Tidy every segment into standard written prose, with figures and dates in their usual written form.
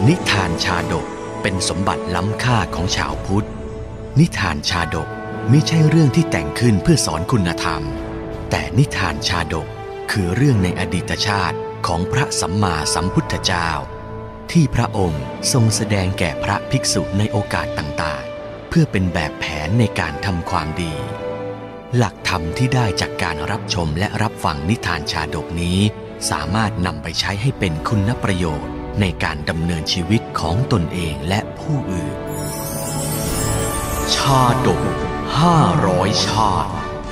นิทานชาดกเป็นสมบัติล้ำค่าของชาวพุทธนิทานชาดกไม่ใช่เรื่องที่แต่งขึ้นเพื่อสอนคุณธรรมแต่นิทานชาดกคือเรื่องในอดีตชาติของพระสัมมาสัมพุทธเจ้าที่พระองค์ทรงแสดงแก่พระภิกษุในโอกาสต่างๆเพื่อเป็นแบบแผนในการทำความดีหลักธรรมที่ได้จากการรับชมและรับฟังนิทานชาดกนี้สามารถนำไปใช้ให้เป็นคุณประโยชน์ในการดำเนินชีวิตของตนเองและผู้อื่นชาดก500 ชาติ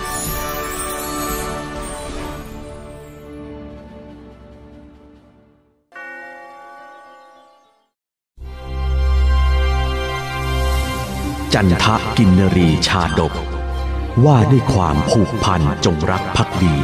จันทกินนรีชาดกว่าด้วยความผูกพันจงรักภักดี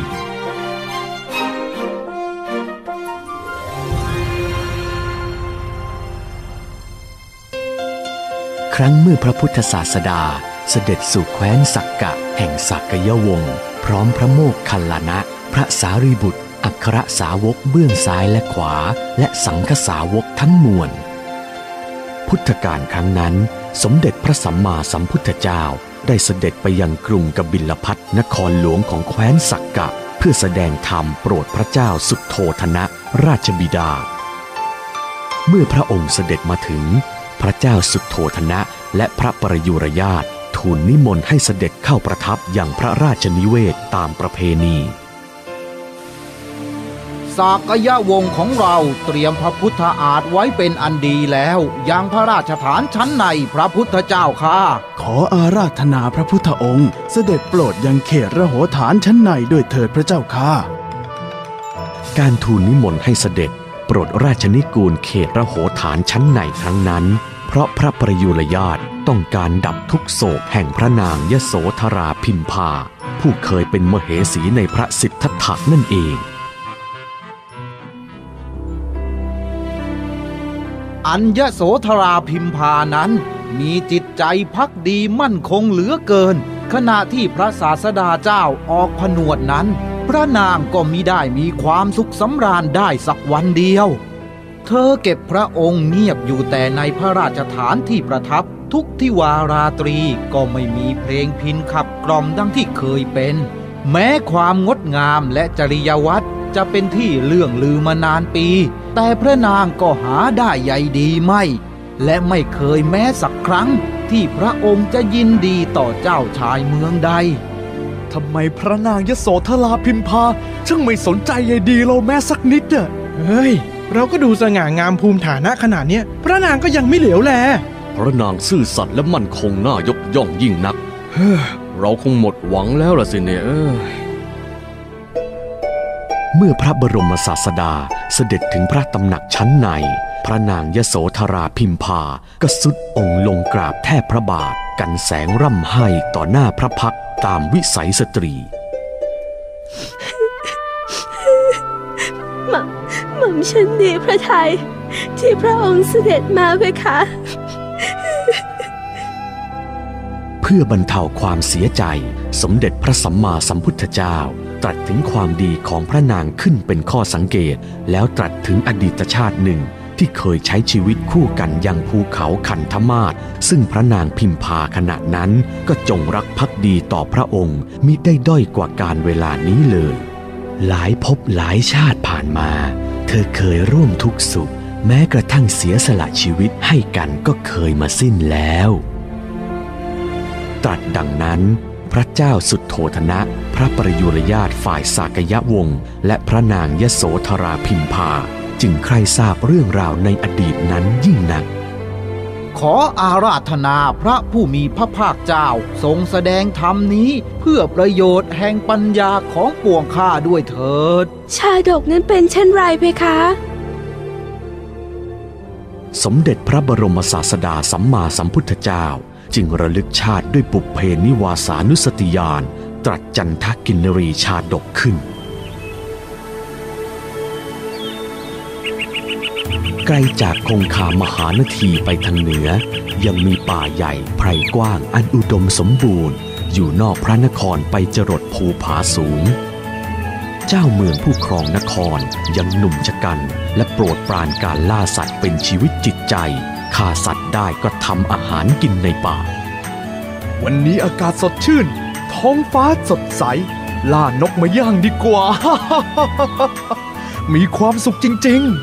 ครั้งเมื่อพระพุทธศาสดาเสด็จสู่แคว้นสักกะแห่งสักกยวงศ์พร้อมพระโมคคัลลานะพระสารีบุตรอัครสาวกเบื้องซ้ายและขวาและสังฆสาวกทั้งมวลพุทธกาลครั้งนั้นสมเด็จพระสัมมาสัมพุทธเจ้าได้เสด็จไปยังกรุงกบิลพัสนครหลวงของแคว้นสักกะเพื่อแสดงธรรมโปรดพระเจ้าสุโธทนะราชบิดาเมื่อพระองค์เสด็จมาถึงพระเจ้าสุโธทนะและพระปรยุรญาติทูลนิมนต์ให้เสด็จเข้าประทับอย่างพระราชนิเวศตามประเพณีสักยวงศ์ของเราเตรียมพระพุทธอาฏไว้เป็นอันดีแล้วยังพระราชฐานชั้นในพระพุทธเจ้าค่ะขออาราธนาพระพุทธองค์เสด็จโปรดยังเขตระโหฐานชั้นในด้วยเถิดพระเจ้าค่ะการทูลนิมนต์ให้เสด็จโปรดราชนิกูลเขตระโหฐานชั้นในครั้งนั้นเพราะพระปรยุรญาติต้องการดับทุกโศกแห่งพระนางยโสธราพิมพาผู้เคยเป็นมเหสีในพระสิทธัตถะนั่นเองอัญยโสธราพิมพานั้นมีจิตใจภักดีมั่นคงเหลือเกินขณะที่พระศาสดาเจ้าออกผนวดนั้นพระนางก็มิได้มีความสุขสำราญได้สักวันเดียวเธอเก็บพระองค์เงียบอยู่แต่ในพระราชฐานที่ประทับทุกทิวาราตรีก็ไม่มีเพลงพิณขับกล่อมดังที่เคยเป็นแม้ความงดงามและจริยวัตรจะเป็นที่เลื่องลือมานานปีแต่พระนางก็หาได้ใยดีไม่และไม่เคยแม้สักครั้งที่พระองค์จะยินดีต่อเจ้าชายเมืองใดทำไมพระนางยโสธราพิมพาช่างไม่สนใจใยดีเราแม้สักนิดอ่ะเฮ้ยเราก็ดูสง่างามภูมิฐานะขนาดเนี้ยพระนางก็ยังไม่เหลียวแลพระนางซื่อสัตย์และมั่นคงน่ายกย่องยิ่งนักเราคงหมดหวังแล้วล่ะสิเนี่ยเมื่อพระบรมศาสดาเสด็จถึงพระตำหนักชั้นในพระนางยโสธราพิมพาก็สุดองค์ลงกราบแทบพระบาทกันแสงร่ำไห้ต่อหน้าพระพักตร์ตามวิสัยสตรีหม่อมฉันดีพระทัยที่พระองค์เสด็จมาเพคะเพื่อบรรเทาความเสียใจสมเด็จพระสัมมาสัมพุทธเจ้าตรัสถึงความดีของพระนางขึ้นเป็นข้อสังเกตแล้วตรัสถึงอดีตชาติหนึ่งที่เคยใช้ชีวิตคู่กันยังภูเขาคันธมาศซึ่งพระนางพิมพาขณะนั้นก็จงรักภักดีต่อพระองค์มิได้ด้อยกว่าการเวลานี้เลยหลายภพหลายชาติผ่านมาเธอเคยร่วมทุกข์สุขแม้กระทั่งเสียสละชีวิตให้กันก็เคยมาสิ้นแล้วตรัสดังนั้นพระเจ้าสุโธทนะพระปรยุรญาติฝ่ายสากยวงศ์และพระนางยโสธราพิมพาจึงใคร่ทราบเรื่องราวในอดีตนั้นยิ่งนักขออาราธนาพระผู้มีพระภาคเจ้าทรงแสดงธรรมนี้เพื่อประโยชน์แห่งปัญญาของปวงข้าด้วยเถิดชาดกนั้นเป็นเช่นไรเพคะสมเด็จพระบรมศาสดาสัมมาสัมพุทธเจ้าจึงระลึกชาติด้วยปุพเพนิวาสานุสติญาณตรัสจันทกินนรีชาดกขึ้นไกลจากคงคามหานทีไปทางเหนือยังมีป่าใหญ่ไพรกว้างอันอุดมสมบูรณ์อยู่นอกพระนครไปจรดภูผาสูงเจ้าเมืองผู้ครองนครยังหนุ่มชะกันและโปรดปรานการล่าสัตว์เป็นชีวิตจิตใจฆ่าสัตว์ได้ก็ทำอาหารกินในป่าวันนี้อากาศสดชื่นท้องฟ้าสดใสล่านกมาย่างดีกว่า มีความสุขจริง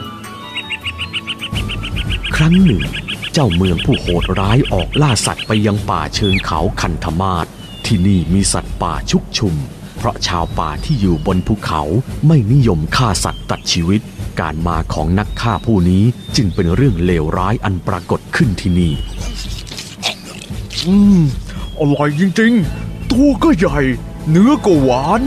ๆครั้งหนึ่งเจ้าเมืองผู้โหดร้ายออกล่าสัตว์ไปยังป่าเชิงเขาคันธมาศที่นี่มีสัตว์ป่าชุกชุมเพราะชาวป่าที่อยู่บนภูเขาไม่นิยมฆ่าสัตว์ตัดชีวิตการมาของนักฆ่าผู้นี้จึงเป็นเรื่องเลวร้ายอันปรากฏขึ้นที่นี่อร่อยจริงๆตัวก็ใหญ่เนื้อก็หวาน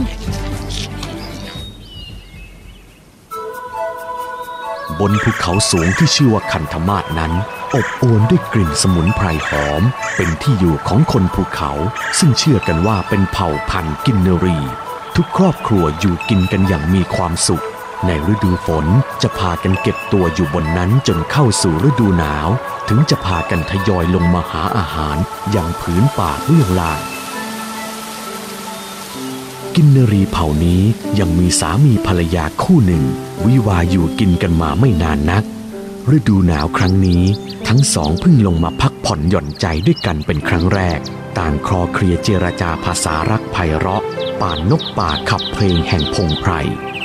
บนภูเขาสูงที่ชื่อว่าคันธมาศนั้นอบอวลด้วยกลิ่นสมุนไพรหอมเป็นที่อยู่ของคนภูเขาซึ่งเชื่อกันว่าเป็นเผ่าพันธุ์กินนรีทุกครอบครัวอยู่กินกันอย่างมีความสุขในฤดูฝนจะพากันเก็บตัวอยู่บนนั้นจนเข้าสู่ฤดูหนาวถึงจะพากันทยอยลงมาหาอาหารอย่างผืนป่าเบื้องล่างกินนรีเผ่านี้ยังมีสามีภรรยาคู่หนึ่งวิวาอยู่กินกันมาไม่นานนักฤดูหนาวครั้งนี้ทั้งสองเพิ่งลงมาพักผ่อนหย่อนใจด้วยกันเป็นครั้งแรกต่างคลอเคลียเจรจาภาษารักไพเราะป่านนกป่าขับเพลงแห่งพงไพร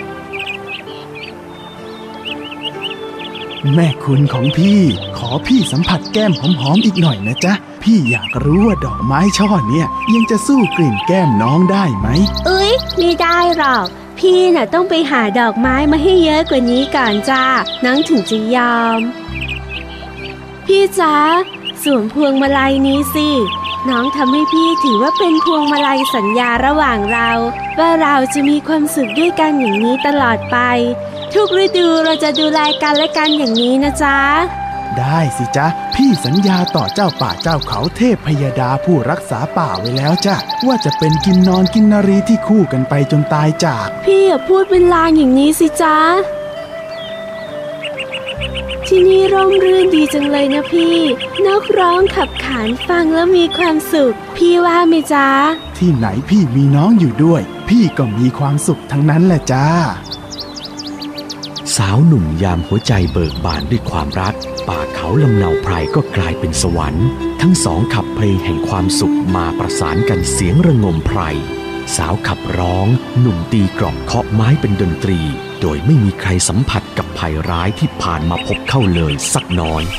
แม่คุณของพี่ขอพี่สัมผัสแก้มหอมๆอีกหน่อยนะจ๊ะพี่อยากรู้ว่าดอกไม้ช่อเนี่ยยังจะสู้กลิ่นแก้มน้องได้ไหมไม่ได้หรอกพี่น่ะต้องไปหาดอกไม้มาให้เยอะกว่านี้ก่อนจ้าน้องถึงจะยอมพี่จ๊ะสวมพวงมาลัยนี้สิน้องทำให้พี่ถือว่าเป็นพวงมาลัยสัญญาระหว่างเราว่าเราจะมีความสุขด้วยกันอย่างนี้ตลอดไปทุกฤดูเราจะดูแลกันและกันอย่างนี้นะจ๊ะได้สิจ๊ะพี่สัญญาต่อเจ้าป่าเจ้าเขาเทพพยดาผู้รักษาป่าไว้แล้วจ้ะว่าจะเป็นกินนอนกินนารีที่คู่กันไปจนตายจากพี่อย่าพูดเป็นลางอย่างนี้สิจ๊ะที่นี่ร่มรื่นดีจังเลยนะพี่นกร้องขับขานฟังแล้วมีความสุขพี่ว่าไหมจ๊ะที่ไหนพี่มีน้องอยู่ด้วยพี่ก็มีความสุขทั้งนั้นแหละจ้าสาวหนุ่มยามหัวใจเบิกบานด้วยความรักป่าเขาลำเนาไพรก็กลายเป็นสวรรค์ทั้งสองขับเพลงแห่งความสุขมาประสานกันเสียงระงมไพรสาวขับร้องหนุ่มตีกลองเคาะไม้เป็นดนตรีโดยไม่มีใครสัมผัสกับภัยร้ายที่ผ่านมาพบเข้าเลยสักน้อย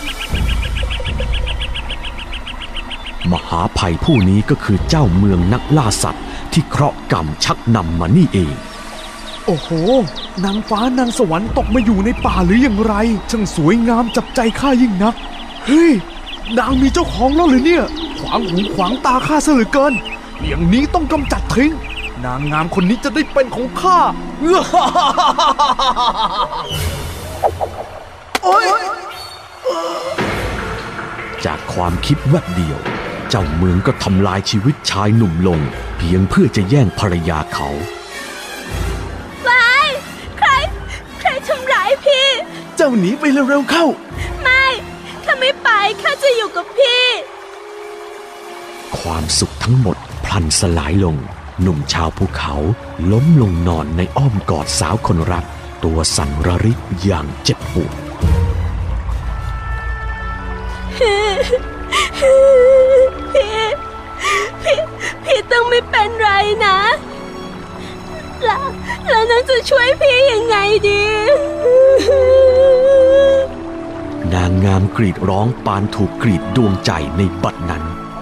มหาภัยผู้นี้ก็คือเจ้าเมืองนักล่าสัตว์ที่เคราะห์กรรมชักนำมานี่เองโอ้โหนางฟ้านางสวรรค์ตกมาอยู่ในป่าหรืออย่างไรช่างสวยงามจับใจข้ายิ่งนักเฮ้ยนางมีเจ้าของแล้วหรือเนี่ยขวางหูขวางตาข้าซะเหลือเกินอย่างนี้ต้องกำจัดทิ้งนางงามคนนี้จะได้เป็นของข้าจากความคิดแวบเดียวเจ้าเมืองก็ทำลายชีวิตชายหนุ่มลงเพียงเพื่อจะแย่งภรรยาเขาใครทำร้ายพี่เจ้าหนีไปเร็วๆเข้าไม่ข้าไม่ไปข้าจะอยู่กับพี่ความสุขทั้งหมดพลันสลายลงหนุ่มชาวภูเขาล้มลงนอนในอ้อมกอดสาวคนรักตัวสั่นระริกอย่างเจ็บปวดพี่ต้องไม่เป็นไรนะแล้วน้องจะช่วยพี่ยังไงดีนางงามกรีดร้องปานถูกกรีดดวงใจในบัดนั้น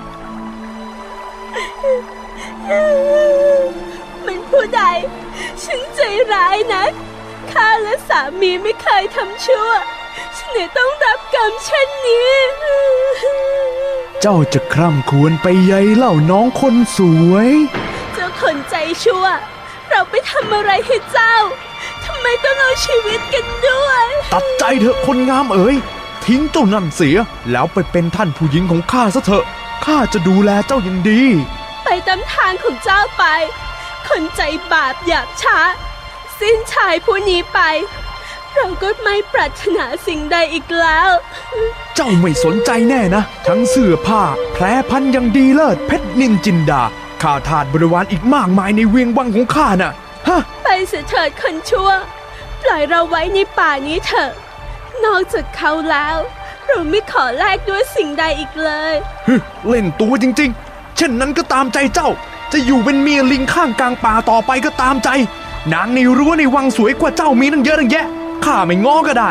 มันผู้ใดช่างใจร้ายนักข้าและสามีไม่เคยทำชั่วฉันเลยต้องรับกรรมเช่นนี้เจ้าจะคร่ำครวญไปใยเล่าน้องคนสวยเจ้าคนใจชั่วเราไปทำอะไรให้เจ้าทำไมต้องเอาชีวิตกันด้วยตัดใจเถอะคนงามเอ๋ยทิ้งเจ้านั่นเสียแล้วไปเป็นท่านผู้หญิงของข้าซะเถอะข้าจะดูแลเจ้าอย่างดีไปตามทางของเจ้าไปคนใจบาปหยาบช้าสิ้นชายผู้นี้ไปเราก็ไม่ปรารถนาสิ่งใดอีกแล้วเจ้าไม่สนใจแน่นะทั้งเสื้อผ้าแผลพันอย่างดีเลิศเพชรนินจินดาข้าทาสบริวารอีกมากมายในเวียงวังของข้าน่ะฮะไปเสียเถิดคนชั่วปล่อยเราไว้ในป่านี้เถอะนอกจากเขาแล้วเราไม่ขอแลกด้วยสิ่งใดอีกเลยเล่นตัวจริงๆเช่นนั้นก็ตามใจเจ้าจะอยู่เป็นเมียลิงข้างกลางป่าต่อไปก็ตามใจนางในรั้วในวังสวยกว่าเจ้ามีตั้งเยอะตั้งแยะข้าไม่ง้อก็ได้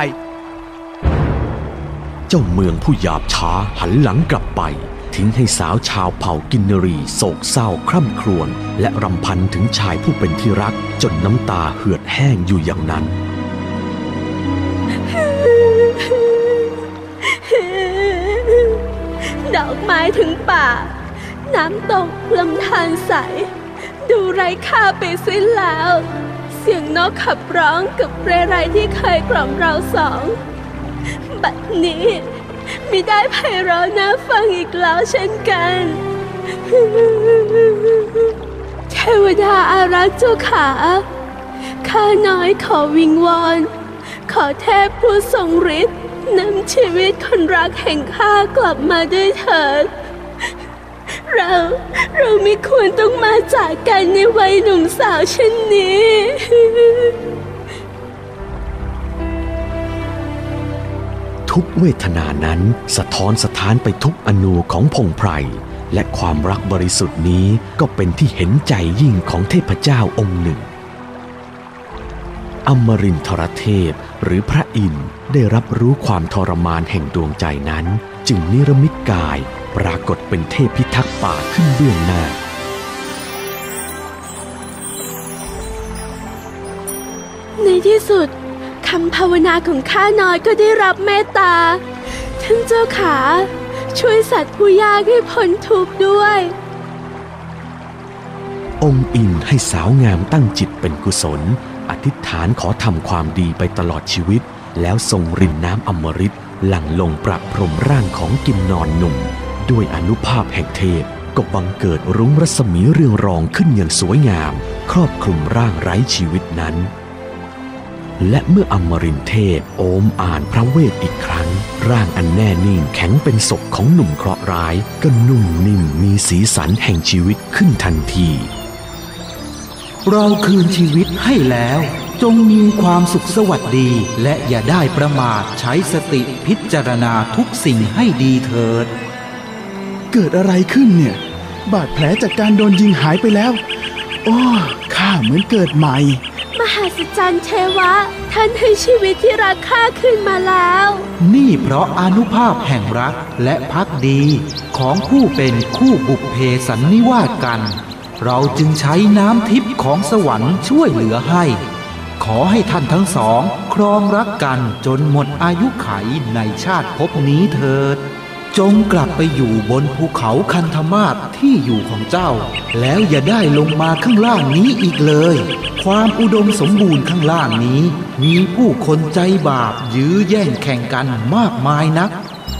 เจ้าเมืองผู้หยาบช้าหันหลังกลับไปทิ้งให้สาวชาวเผ่ากินนรีโศกเศร้าคร่ำครวญและรำพันถึงชายผู้เป็นที่รักจนน้ำตาเหือดแห้งอยู่อย่างนั้นดอกไม้ถึงป่าน้ำตกลำธารใสดูไร้ค่าไปสิ้นแล้วเสียงนกขับร้องกับเรไรที่เคยกล่อมเราสองบัดนี้ไม่ได้ไพเราะน่าฟังอีกแล้วเช่นกันเทวดาอารักษ์เจ้าขาข้าน้อยขอวิงวอนขอเทพผู้ทรงฤทธิ์นำชีวิตคนรักแห่งข้ากลับมาด้วยเถิดเราไม่ควรต้องมาจากกันในวัยหนุ่มสาวเช่นนี้ทุกเวทนานั้นสะท้อนสถานไปทุกอนูของพงไพรและความรักบริสุทธิ์นี้ก็เป็นที่เห็นใจยิ่งของเทพเจ้าองค์หนึ่งอมรินทรเทพหรือพระอินทร์ได้รับรู้ความทรมานแห่งดวงใจนั้นจึงนิรมิตกายปรากฏเป็นเทพพิทักษ์ป่าขึ้นเบื้องหน้าในที่สุดคำภาวนาของข้าน้อยก็ได้รับเมตตาท่านเจ้าขาช่วยสัตว์ผู้ยากให้พ้นทุกข์ด้วยองค์อินให้สาวงามตั้งจิตเป็นกุศลอธิษฐานขอทำความดีไปตลอดชีวิตแล้วทรงรินน้ำอมฤตหลั่งลงประพรมร่างของกิมนรหนุ่มด้วยอานุภาพแห่งเทพก็บังเกิดรุ้งรัศมีเรืองรองขึ้นอย่างสวยงามครอบคลุมร่างไร้ชีวิตนั้นและเมื่ออมรินทร์เทพโอมอ่านพระเวทอีกครั้งร่างอันแน่นิ่งแข็งเป็นศพของหนุ่มเคราะห์ร้ายก็นุ่มนิ่มมีสีสันแห่งชีวิตขึ้นทันทีเราคืนชีวิตให้แล้วจงมีความสุขสวัสดีและอย่าได้ประมาทใช้สติพิจารณาทุกสิ่งให้ดีเถิดเกิดอะไรขึ้นเนี่ยบาดแผลจากการโดนยิงหายไปแล้วโอ้ข้าเหมือนเกิดใหม่มหัศจรรย์เทวะท่านให้ชีวิตที่รักข้าขึ้นมาแล้วนี่เพราะอานุภาพแห่งรักและภักดีของผู้เป็นคู่บุพเพสันนิวาสกันเราจึงใช้น้ำทิพย์ของสวรรค์ช่วยเหลือให้ขอให้ท่านทั้งสองครองรักกันจนหมดอายุขัยในชาติภพนี้เถิดจงกลับไปอยู่บนภูเขาคันธมาศที่อยู่ของเจ้าแล้วอย่าได้ลงมาข้างล่างนี้อีกเลยความอุดมสมบูรณ์ข้างล่างนี้มีผู้คนใจบาปยื้อแย่งแข่งกันมากมายนัก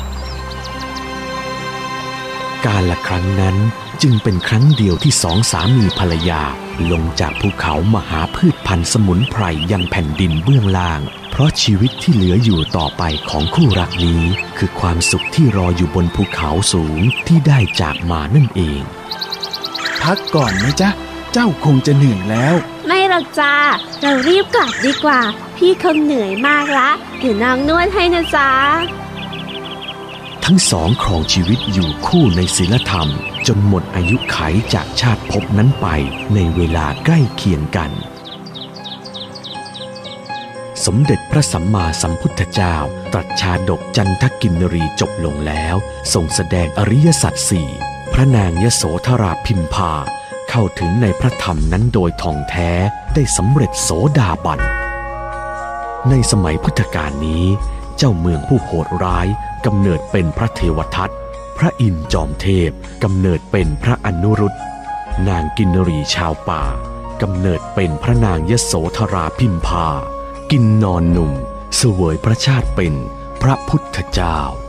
กาลครั้งนั้นจึงเป็นครั้งเดียวที่สองสามีภรรยาลงจากภูเขามาหาพืชพันธุ์สมุนไพรยังแผ่นดินเบื้องล่างเพราะชีวิตที่เหลืออยู่ต่อไปของคู่รักนี้คือความสุขที่รออยู่บนภูเขาสูงที่ได้จากมานั่นเองพักก่อนไหมจ๊ะเจ้าคงจะเหนื่อยแล้วไม่หรอกจ้าเรารีบกลับดีกว่าพี่คงเหนื่อยมากละเดี๋ยวนางนวดให้นะจ๊ะทั้งสองครองชีวิตอยู่คู่ในศีลธรรมจนหมดอายุขัยจากชาติภพนั้นไปในเวลาใกล้เคียงกันสมเด็จพระสัมมาสัมพุทธเจ้าตรัสชาดกจันทกินรีจบลงแล้วทรงแสดงอริยสัจสี่พระนางยโสธราพิมพาเข้าถึงในพระธรรมนั้นโดยท่องแท้ได้สำเร็จโสดาบันในสมัยพุทธกาลนี้เจ้าเมืองผู้โหดร้ายกำเนิดเป็นพระเทวทัตพระอินทร์จอมเทพกำเนิดเป็นพระอนุรุตนางกินนรีชาวป่ากำเนิดเป็นพระนางยโสธราพิมพากินนอนหนุ่มเสวยพระชาติเป็นพระพุทธเจ้า